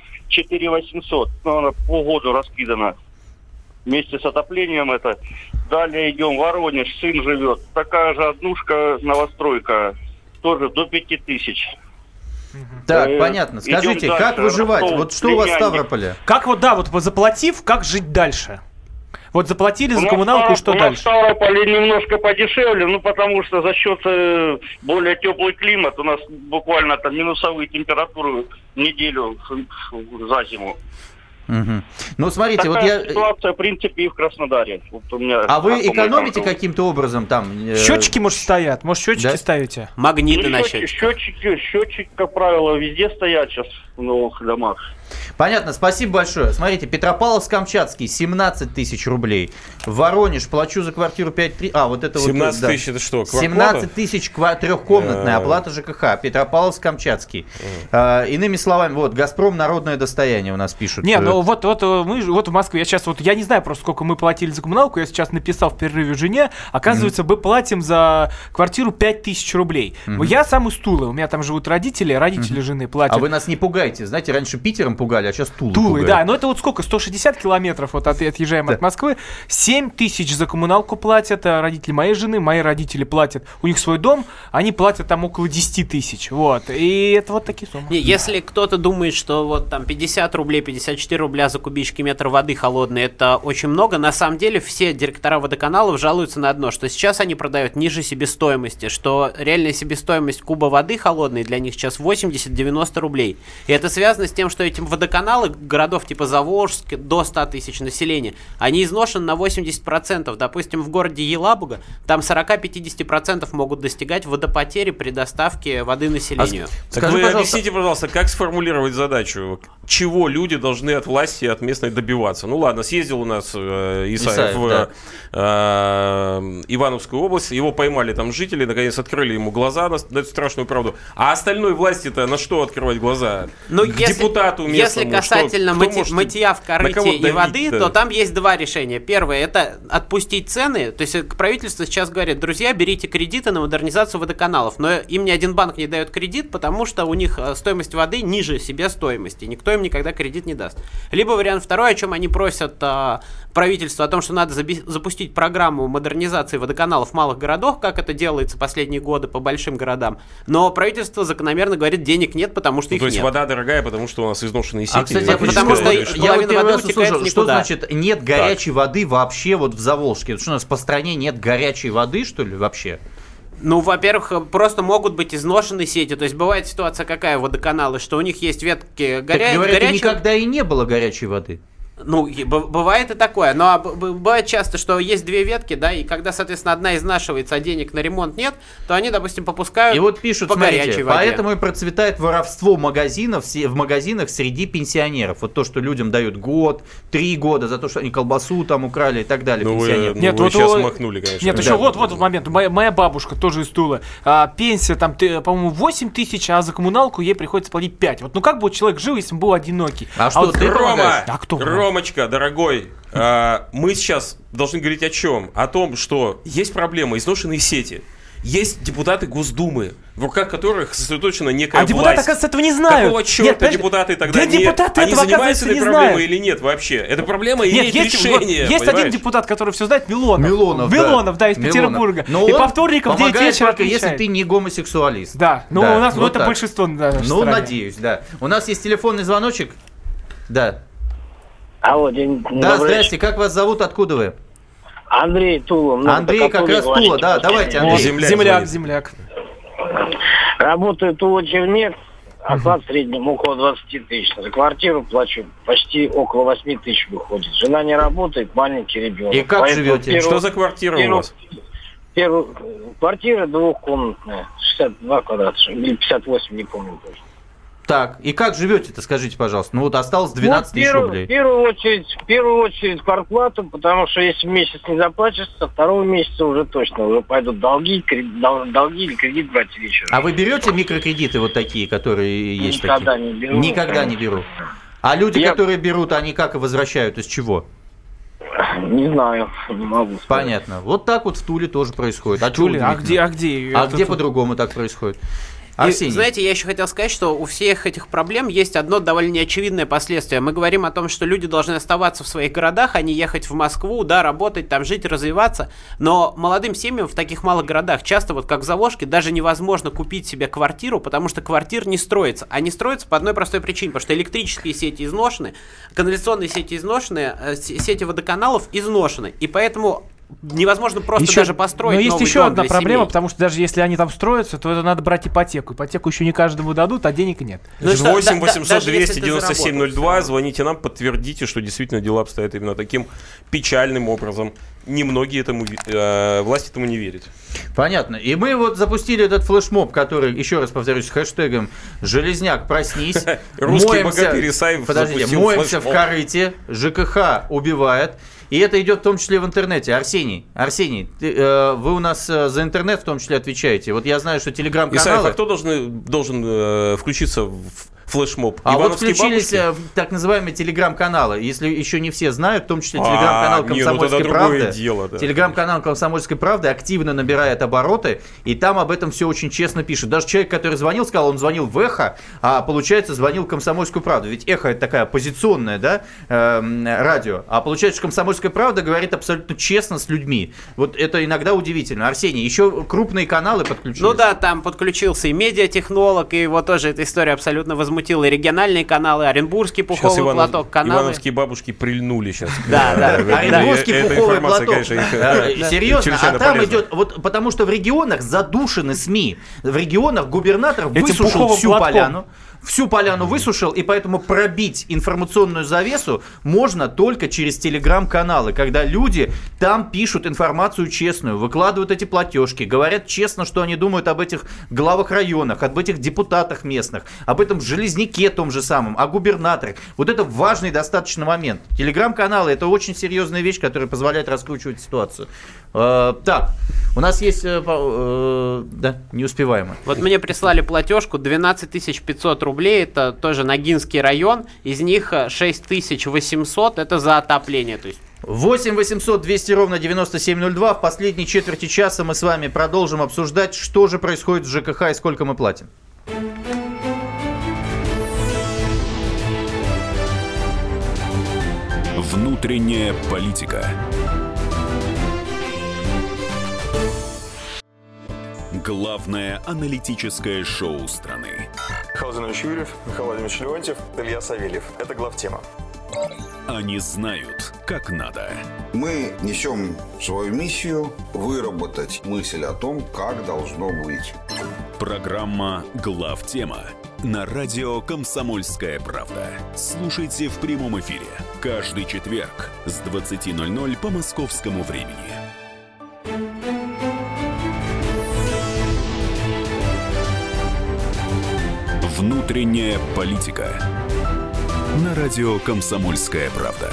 4800, но она полгода раскидана. Вместе с отоплением это. Далее идем, Воронеж, сын живет. Такая же однушка, новостройка, тоже до 5000. Так, понятно. Скажите, дальше, как выживать? Ростов, вот что у вас в Ставрополе? Как вот, да, вот заплатив, как жить дальше? Вот заплатили за коммуналку, и что дальше? В Ставрополе немножко подешевле, ну потому что за счет более теплый климат, у нас буквально там минусовые температуры неделю за зиму. Угу. Ну, смотрите, такая вот я... ситуация, в принципе, и в Краснодаре. Вот у меня вы экономите каким-то образом там? Счетчики, может, стоят? Может, счетчики ставите? Магниты на счетчиках. Счетчики, как правило, везде стоят сейчас в новых домах. Понятно, спасибо большое. Смотрите, Петропавловск-Камчатский 17 тысяч рублей. Воронеж, плачу за квартиру 5,3. Вот это 17 вот, тысяч, это что? 17 тысяч трехкомнатная, оплата ЖКХ. Петропавловск-Камчатский. Иными словами, вот, Газпром народное достояние у нас пишут. Не, ну вот в Москве, я не знаю просто, сколько мы платили за коммуналку, я сейчас написал в перерыве жене, оказывается, мы платим за квартиру 5000 рублей. Я сам из Тулы, у меня там живут родители жены платят. А вы нас не пугайте, знаете, раньше Питером пугали, а сейчас Тулой пугают. Да, но это вот сколько, 160 километров вот отъезжаем от Москвы, 7 тысяч за коммуналку платят, родители моей жены, мои родители платят, у них свой дом, они платят там около 10 тысяч, вот, и это вот такие суммы. Если кто-то думает, что вот там 50 рублей, 54 рубля за кубический метр воды холодной, это очень много, на самом деле все директора водоканалов жалуются на одно, что сейчас они продают ниже себестоимости, что реальная себестоимость куба воды холодной для них сейчас 80-90 рублей, и это связано с тем, что эти водоканалы городов типа Заволжск до 100 тысяч населения, они изношены на 80%. Допустим, в городе Елабуга там 40-50% могут достигать водопотери при доставке воды населению. Объясните, пожалуйста, как сформулировать задачу? Чего люди должны от власти, от местной добиваться? Ну ладно, съездил у нас Исаев в Ивановскую область, его поймали там жители, наконец открыли ему глаза на эту страшную правду. А остальной власти-то на что открывать глаза? Ну, к депутату местному? Если касательно мытья в корыте и воды, то там есть два решения. Первое – это отпустить цены. То есть правительство сейчас говорит: друзья, берите кредиты на модернизацию водоканалов. Но им ни один банк не дает кредит, потому что у них стоимость воды ниже себестоимости. Никто им никогда кредит не даст. Либо вариант второй, о чем они просят правительство, о том, что надо запустить программу модернизации водоканалов в малых городах, как это делается последние годы по большим городам. Но правительство закономерно говорит: денег нет, потому что их нет. То есть вода дорогая, потому что у нас изношенные сети. Кстати, потому что я первый раз услышал, что значит нет горячей воды вообще вот в Заволжске? Что у нас по стране нет горячей воды, что ли, вообще? Ну, во-первых, просто могут быть изношены сети. То есть бывает ситуация какая, водоканалы, что у них есть ветки горячей. Никогда и не было горячей воды. Ну, бывает и такое, но бывает часто, что есть две ветки, да, и когда, соответственно, одна изнашивается, а денег на ремонт нет, то они, допустим, попускают и вот пишут, по горячей воде. Поэтому и процветает воровство в магазинах среди пенсионеров. Вот то, что людям дают год, 3 года за то, что они колбасу там украли и так далее. Ну, вы сейчас махнули, конечно. Нет, еще вот момент. Моя бабушка тоже из Тулы. Пенсия там, по-моему, 8 тысяч, а за коммуналку ей приходится платить 5. Вот, ну как бы человек жил, если бы был одинокий? А что, ты Рома! А кто? Ромочка, дорогой, мы сейчас должны говорить о чем? О том, что есть проблема, изношенные сети. Есть депутаты Госдумы, в руках которых сосредоточена некая власть. А депутаты, оказывается, этого не знают. Какого черта депутаты тогда нет? Депутаты они занимаются этой проблемой знают. или нет вообще? Эта проблема имеет решение. Есть один депутат, который все знает, Милонов, из Петербурга. Но и по вторникам в 9 вечера только если ты не гомосексуалист. Да, ну у нас это большинство. Ну, надеюсь, да. У нас есть телефонный звоночек. Да. Алло, день. Да, здрасте, как вас зовут, откуда вы? Андрей, Тула. Андрей как раз Тула, да, давайте, Андрей. Земляк. Работаю Тула-Чернец, оклад в среднем около 20 тысяч. За квартиру плачу почти около 8 тысяч выходит. Жена не работает, маленький ребенок. И как живете? Что за квартира у вас? Квартира двухкомнатная, 62 квадрата, или 58, не помню точно. Так, и как живете-то, скажите, пожалуйста? Ну вот осталось 12 тысяч рублей. В первую очередь квартплату, потому что если месяц не заплатишь, со второго месяца уже точно, уже пойдут долги или кредит брать или что. А вы берете микрокредиты вот такие, которые есть такие? Никогда не беру. Никогда не беру. А люди, которые берут, они как и возвращают, из чего? Не знаю, не могу сказать. Понятно. Вот так вот в Туле тоже происходит. А где по-другому так происходит? И, знаете, я еще хотел сказать, что у всех этих проблем есть одно довольно неочевидное последствие. Мы говорим о том, что люди должны оставаться в своих городах, а не ехать в Москву, да, работать там, жить, развиваться. Но молодым семьям в таких малых городах часто, вот как в Заволжске, даже невозможно купить себе квартиру, потому что квартир не строится. А не строятся по одной простой причине, потому что электрические сети изношены, канализационные сети изношены, сети водоканалов изношены. И поэтому невозможно просто даже построить новый дом. Но есть еще одна проблема, потому что даже если они там строятся, то это надо брать ипотеку. Ипотеку еще не каждому дадут, а денег нет. 8 800 297 02, звоните нам, подтвердите, что действительно дела обстоят именно таким печальным образом. Немногие власть этому не верит. Понятно. И мы вот запустили этот флешмоб, который, еще раз повторюсь, с хэштегом «Железняк, проснись». Русский богатырь Исаев запустил флешмоб. Моемся в корыте, ЖКХ убивает. И это идет в том числе в интернете. Арсений, вы у нас за интернет в том числе отвечаете. Вот я знаю, что телеграм-каналы... Исаев, а кто должен включиться в флешмоб? А вот включились так называемые телеграм-каналы. Если еще не все знают, в том числе телеграм-канал «Комсомольской правды». Телеграм-канал «Комсомольской правды» активно набирает обороты, и там об этом все очень честно пишут. Даже человек, который звонил, сказал, он звонил в «Эхо», а получается звонил в «Комсомольскую правду». Ведь «Эхо» — это такая оппозиционная, да, радио. А получается, что «Комсомольская правда» говорит абсолютно честно с людьми. Вот это иногда удивительно. Арсений, еще крупные каналы подключились? Ну да, там подключился и медиатехнолог, и его тоже эта история абсолютно возмутила. И региональные каналы, Оренбургский пуховый платок, каналы. Ивановские бабушки прильнули сейчас. Да. Оренбургский пуховый платок. Серьезно, а там идет, вот потому что в регионах задушены СМИ. В регионах губернатор высушил всю поляну высушил, и поэтому пробить информационную завесу можно только через телеграм-каналы, когда люди там пишут информацию честную, выкладывают эти платежки, говорят честно, что они думают об этих главах районах, об этих депутатах местных, об этом Железняке том же самом, о губернаторах. Вот это важный достаточно момент. Телеграм-каналы — это очень серьезная вещь, которая позволяет раскручивать ситуацию. Так, у нас есть... да, не успеваем. Вот мне прислали платежку 12 500 рублей, это тоже Ногинский район, из них 6 800 это за отопление. То есть 8 800 200 ровно 9702. В последней четверти часа мы с вами продолжим обсуждать, что же происходит в ЖКХ и сколько мы платим. Внутренняя политика. Главное аналитическое шоу страны. Михаил Владимирович Юрьев, Михаил Владимирович Леонтьев, Илья Савельев. Это главтема. Они знают, как надо. Мы несем свою миссию выработать мысль о том, как должно быть. Программа «Главтема» на радио «Комсомольская правда». Слушайте в прямом эфире каждый четверг с 20:00 по московскому времени. Внутренняя политика. На радио «Комсомольская правда».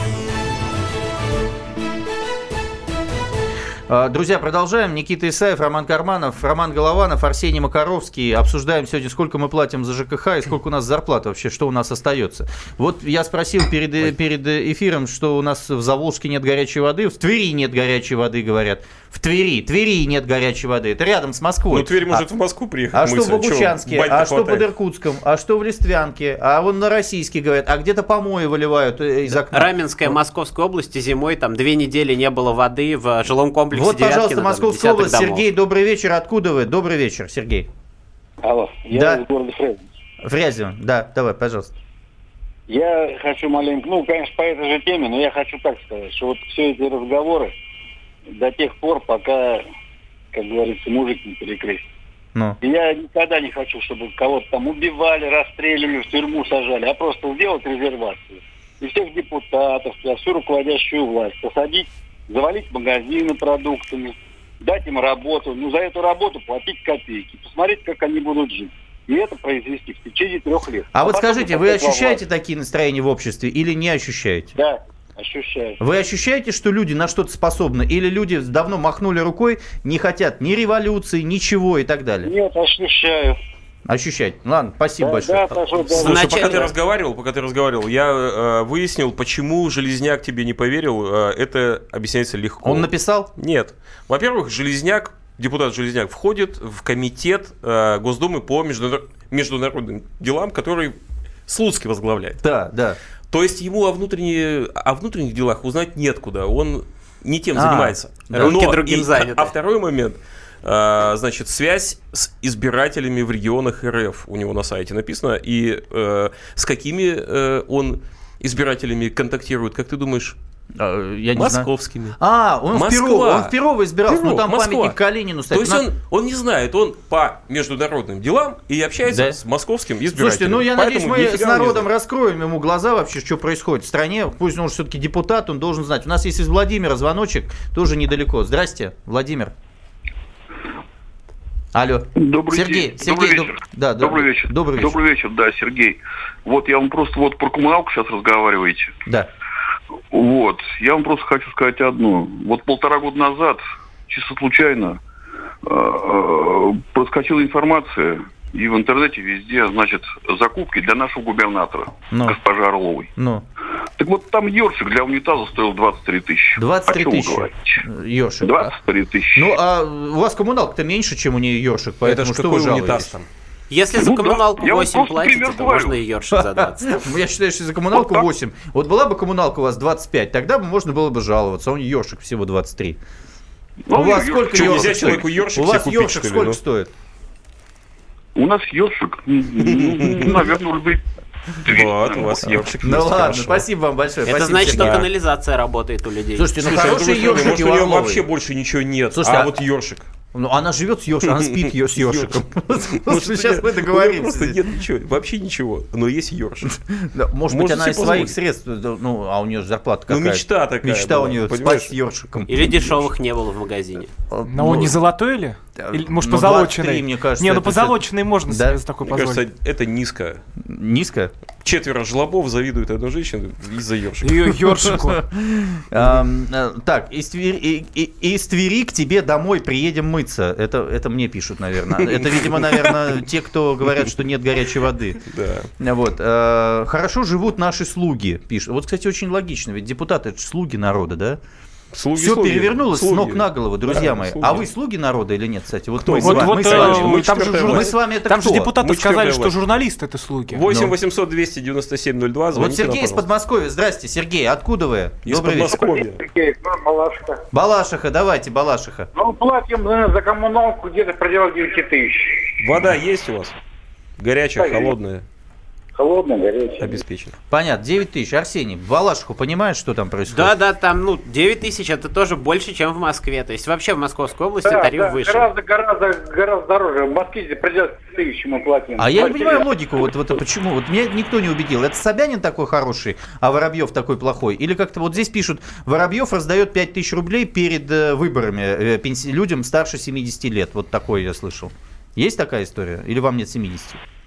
Друзья, продолжаем. Никита Исаев, Роман Карманов, Роман Голованов, Арсений Макаровский. Обсуждаем сегодня, сколько мы платим за ЖКХ и сколько у нас зарплата вообще, что у нас остается. Вот я спросил перед эфиром, что у нас в Заволжске нет горячей воды, в Твери нет горячей воды, говорят. В Твери нет горячей воды. Это рядом с Москвой. Ну, Тверь может в Москву приехать. А что в Богучанске? А что под Иркутском? А что в Листвянке? А вон на Российске, говорят. А где-то помои выливают из окна. Раменская, Московской области зимой, там 2 недели не было воды в жилом комплексе. Вот, пожалуйста, Московская область. Сергей, добрый вечер. Откуда вы? Добрый вечер, Сергей. Алло, я из города Фрязино. Фрязино, да, давай, пожалуйста. Я хочу маленько, конечно, по этой же теме, но я хочу так сказать, что вот все эти разговоры до тех пор, пока, как говорится, мужик не перекрестит. И я никогда не хочу, чтобы кого-то там убивали, расстреливали, в тюрьму сажали, а просто сделать резервацию. И всех депутатов, всю руководящую власть посадить, завалить магазины продуктами, дать им работу, за эту работу платить копейки, посмотреть, как они будут жить. И это произвести в течение 3 лет. А вот скажите, вы ощущаете такие настроения в обществе или не ощущаете? Да, ощущаю. Вы ощущаете, что люди на что-то способны? Или люди давно махнули рукой, не хотят ни революции, ничего и так далее? Нет, ощущаю. Ощущать. Ладно, спасибо большое. Слушай, пока ты разговаривал, я выяснил, почему Железняк тебе не поверил. Это объясняется легко. Он написал? Нет. Во-первых, депутат Железняк входит в комитет Госдумы по международным делам, который Слуцкий возглавляет. Да. То есть ему о внутренних делах узнать неоткуда. Он не тем занимается. Руки другим заняты. А второй момент. Значит, связь с избирателями в регионах РФ у него на сайте написано. И с какими он избирателями контактирует, как ты думаешь? Я московскими. Он в Перово избирался, там Москва. Памятник Калинину стоит. То есть он не знает, он по международным делам и общается с московским избирателем. Слушайте, я надеюсь, мы с народом раскроем ему глаза вообще, что происходит в стране. Пусть он все-таки депутат, он должен знать. У нас есть из Владимира звоночек, тоже недалеко. Здрасте, Владимир. Алло. Добрый вечер. Добрый вечер, да, Сергей. Вот я вам просто про коммуналку сейчас разговариваете. Да. Вот, я вам просто хочу сказать одно. Вот 1,5 года назад, чисто случайно, проскочила информация, и в интернете везде, закупки для нашего губернатора, госпожи Орловой. Так вот, там ёршик для унитаза стоил 23 тысячи. 23 тысячи ёршик. 23 тысячи. А у вас коммуналка-то меньше, чем у нее ёршик, поэтому что вы жалуетесь? Там? Если за коммуналку 8 платите, то можно и ёршик за 20. Я считаю, что за коммуналку 8. Вот была бы коммуналка у вас 25, тогда бы можно было бы жаловаться, а у нее ёршик всего 23. У вас сколько ёршик стоит? У вас ёршик сколько стоит? У нас ёршик, наверное, рублей. Вот, у вас ёршик. Ну ладно, спасибо вам большое. Это значит, что канализация работает у людей. Слушайте, хороший ёршик. Может, у нее вообще больше ничего нет, а вот ёршик. Она живет с ёршиком, она спит с ёршиком. Сейчас мы договоримся. Просто нет ничего, вообще ничего, но есть ёршик. Может быть, она из своих средств, а у нее же зарплата какая-то. Мечта такая. Мечта у нее спать с ёршиком. Или дешевых не было в магазине. Но он не золотой ли? Или, может, позолоченный? Мне кажется. Не, позолоченный можно себе за такой позволить. Мне кажется, это низко. Низко? 4 жлобов завидуют одной женщине из-за ёршика. Ее ёршику. Так, из Твери к тебе домой приедем мыться. Это мне пишут, наверное. Это, видимо, те, кто говорят, что нет горячей воды. Да. Вот. Хорошо живут наши слуги, пишут. Вот, кстати, очень логично, ведь депутаты — это слуги народа, да? Все перевернулось с ног на голову, друзья мои. А вы слуги народа или нет, кстати? Вот мы с вами это кто? Там же депутаты сказали, что журналисты это слуги. 8 800 297 02. Вот Сергей из Подмосковья. Здрасте, Сергей. Откуда вы? Из Подмосковья. Сергей, Балашиха. Балашиха, давайте, Балашиха. Ну, платим за коммуналку где-то в пределах 9 тысяч. Вода есть у вас? Горячая, холодная? Холодная, горячая. Обеспечена. Понятно, 9 тысяч. Арсений, Балашиху понимаешь, что там происходит? Да, там, 9 тысяч это тоже больше, чем в Москве. То есть вообще в Московской области тариф выше. Гораздо дороже. В Москве где пределах тысяч мы платим. А я не понимаю логику, вот почему. Вот меня никто не убедил. Это Собянин такой хороший, а Воробьев такой плохой? Или как-то вот здесь пишут, Воробьев раздает 5 тысяч рублей перед выборами людям старше 70 лет. Вот такое я слышал. Есть такая история? Или вам нет 70?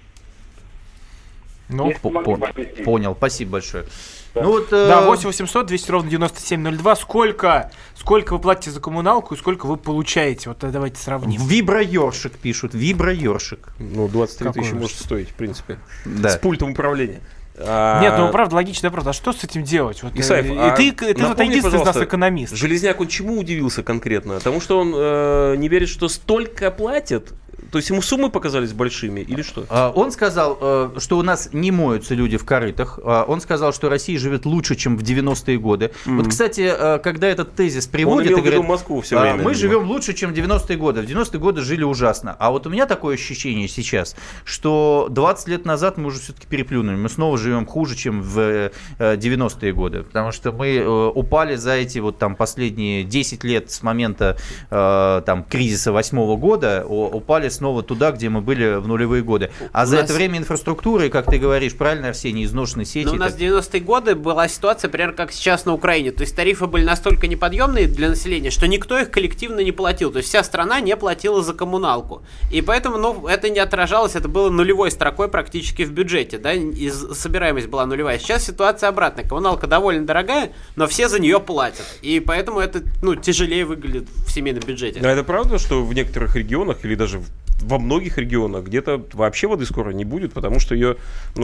Ну, понял, спасибо большое. Да. Ну, вот, да, 8 800 200 ровно 9702. Сколько вы платите за коммуналку и сколько вы получаете? Вот давайте сравним. Виброёршик пишут, виброёршик. Ну, 23 тысячи может стоить, в принципе. Да. С пультом управления. Нет, ну правда, логичный вопрос. А что с этим делать? Вот, Исаев, ты вот единственный из нас экономист. Железняк, он чему удивился конкретно? Потому что он не верит, что столько платят. То есть ему суммы показались большими или что? Он сказал, что у нас не моются люди в корытах. Он сказал, что Россия живет лучше, чем в 90-е годы. Вот, кстати, когда этот тезис приводит, он имел в виду Москву все время. Мы живем лучше, чем в 90-е годы. В 90-е годы жили ужасно. А вот у меня такое ощущение сейчас, что 20 лет назад мы уже все-таки переплюнули. Мы снова живем хуже, чем в 90-е годы. Потому что мы упали за эти вот там последние 10 лет с момента там кризиса 2008 года, упали снова туда, где мы были в нулевые годы. А за это время инфраструктура, и, как ты говоришь, правильно, Арсений, изношенные сети. Но у нас в 90-е годы была ситуация, примерно как сейчас на Украине. То есть тарифы были настолько неподъемные для населения, что никто их коллективно не платил. То есть вся страна не платила за коммуналку. И поэтому это не отражалось, это было нулевой строкой практически в бюджете. Да? И собираемость была нулевая. Сейчас ситуация обратная. Коммуналка довольно дорогая, но все за нее платят. И поэтому это тяжелее выглядит в семейном бюджете. А это правда, что в некоторых регионах или даже во многих регионах где-то вообще воды скоро не будет, потому что ее,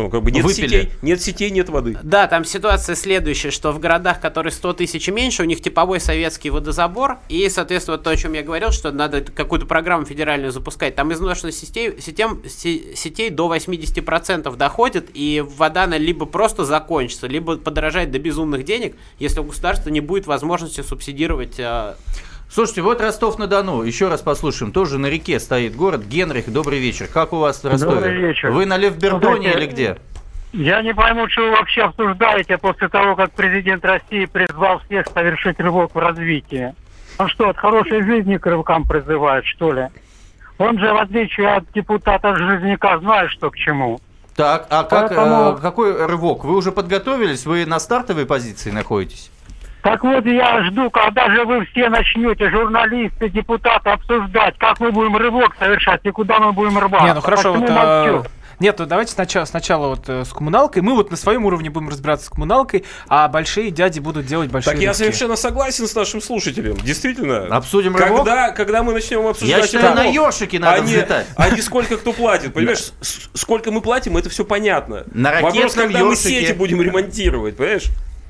нет сетей, нет воды. Да, там ситуация следующая, что в городах, которые 100 тысяч и меньше, у них типовой советский водозабор, и, соответственно, то, о чем я говорил, что надо какую-то программу федеральную запускать, там изношенность сетей до 80% доходит, и вода, она либо просто закончится, либо подорожает до безумных денег, если у государства не будет возможности субсидировать. Слушайте, вот Ростов-на-Дону, еще раз послушаем, тоже на реке стоит город. Генрих, добрый вечер. Как у вас в Ростове? Добрый вечер. Вы на Левбердоне или где? Я не пойму, что вы вообще обсуждаете после того, как президент России призвал всех совершить рывок в развитии. Он что, от хорошей жизни к рывкам призывает, что ли? Он же, в отличие от депутата Железняка, знает, что к чему. Так, а какой рывок? Вы уже подготовились? Вы на стартовой позиции находитесь? Так вот, я жду, когда же вы все начнете, журналисты, депутаты, обсуждать, как мы будем рывок совершать и куда мы будем рвать. Не, ну хорошо, нет, давайте сначала вот с коммуналкой. Мы вот на своем уровне будем разбираться с коммуналкой, а большие дяди будут делать большие рывки. Я совершенно согласен с нашим слушателем. Действительно. Обсудим рывок? Когда мы начнем обсуждать я считаю, на ёршике надо взлетать. А не сколько кто платит. Понимаешь, сколько мы платим, это все понятно. Вопрос, когда мы сети будем ремонтировать, понимаешь?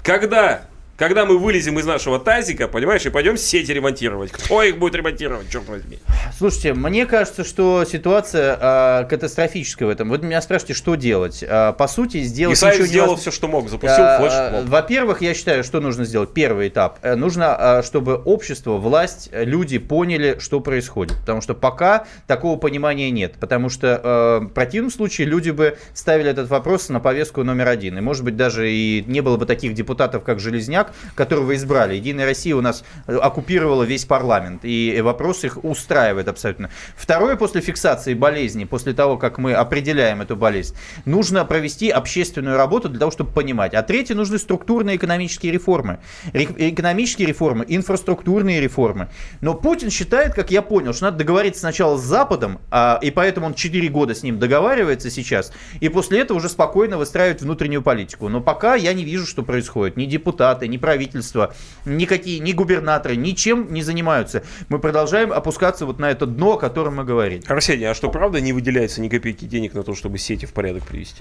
Когда мы вылезем из нашего тазика, понимаешь, и пойдем сети ремонтировать. Кто их будет ремонтировать, черт возьми? Слушайте, мне кажется, что ситуация катастрофическая в этом. Вы меня спрашиваете, что делать. По сути, сделать Исаев ничего сделал все, что мог, запустил флеш-моб. Во-первых, я считаю, что нужно сделать. Первый этап. Нужно, чтобы общество, власть, люди поняли, что происходит. Потому что пока такого понимания нет. Потому что в противном случае люди бы ставили этот вопрос на повестку номер 1. И, может быть, даже и не было бы таких депутатов, как Железняк, которого избрали. Единая Россия у нас оккупировала весь парламент, и вопрос их устраивает абсолютно. Второе, после фиксации болезни, после того, как мы определяем эту болезнь, нужно провести общественную работу для того, чтобы понимать. А третье, нужны структурные экономические реформы. Экономические реформы, инфраструктурные реформы. Но Путин считает, как я понял, что надо договориться сначала с Западом, и поэтому он 4 года с ним договаривается сейчас, и после этого уже спокойно выстраивает внутреннюю политику. Но пока я не вижу, что происходит. Ни депутаты, ни правительство, ни губернаторы ничем не занимаются. Мы продолжаем опускаться вот на это дно, о котором мы говорили. Арсений, а что, правда не выделяется ни копейки денег на то, чтобы сети в порядок привести?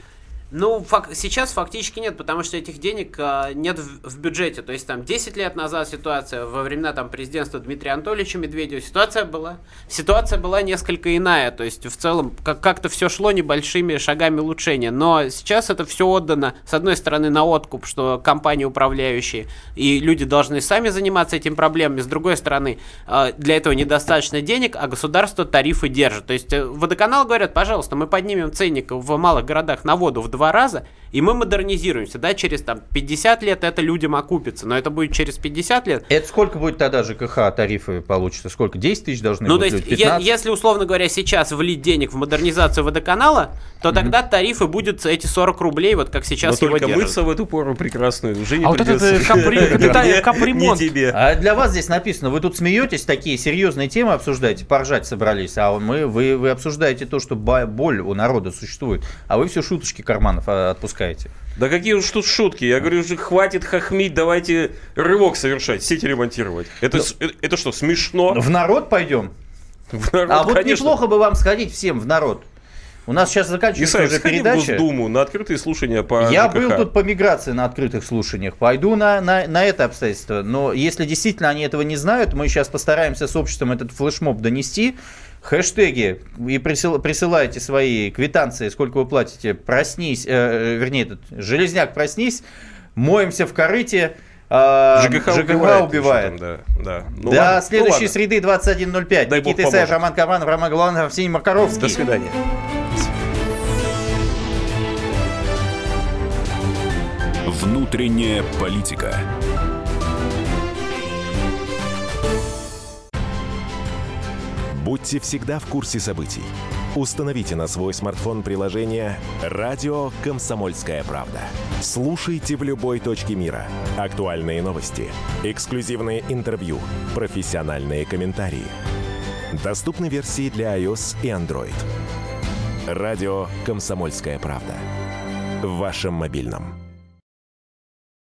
Ну, сейчас фактически нет, потому что этих денег нет в бюджете. То есть там 10 лет назад ситуация, во времена там президентства Дмитрия Анатольевича Медведева, ситуация была несколько иная. То есть в целом как-то все шло небольшими шагами улучшения. Но сейчас это все отдано, с одной стороны, на откуп, что компании управляющие, и люди должны сами заниматься этими проблемами. С другой стороны, для этого недостаточно денег, а государство тарифы держит. То есть водоканал говорят, пожалуйста, мы поднимем ценник в малых городах на воду в 2 раза, и мы модернизируемся, да, через там 50 лет это людям окупится, но это будет через 50 лет. Это сколько будет тогда ЖКХ тарифы получится? Сколько? 10 тысяч должны быть? Ну, то есть, если, условно говоря, сейчас влить денег в модернизацию водоканала, то тогда тарифы будут эти 40 рублей, вот как сейчас но его только держат. мыться в эту пору прекрасную уже не придется. Это капремонт. А для вас здесь написано, вы тут смеетесь, такие серьезные темы обсуждаете, поржать собрались, а вы обсуждаете то, что боль у народа существует, а вы все шуточки карманов отпускаете. Да какие уж тут шутки. Я говорю, уже хватит хохмить, давайте рывок совершать, сети ремонтировать. Это что, смешно? В народ пойдем? В народ, а вот конечно. Неплохо бы вам сходить всем в народ. У нас сейчас заканчивается уже передача. В Госдуму на открытые слушания по Я ЖКХ. был тут по миграции на открытых слушаниях. Пойду на это обстоятельство. Но если действительно они этого не знают, мы сейчас постараемся с обществом этот флешмоб донести. Хэштеги и присылайте свои квитанции, сколько вы платите. Проснись, Железняк, проснись, моемся в корыте. ЖКХ убивает. Да. До следующей среды 21:05. Никита Исаев, Роман Карманов, Роман Голованов, Арсений Макаровский. До свидания. Внутренняя политика. Будьте всегда в курсе событий. Установите на свой смартфон приложение «Радио Комсомольская правда». Слушайте в любой точке мира. Актуальные новости, эксклюзивные интервью, профессиональные комментарии. Доступны версии для iOS и Android. «Радио Комсомольская правда». В вашем мобильном.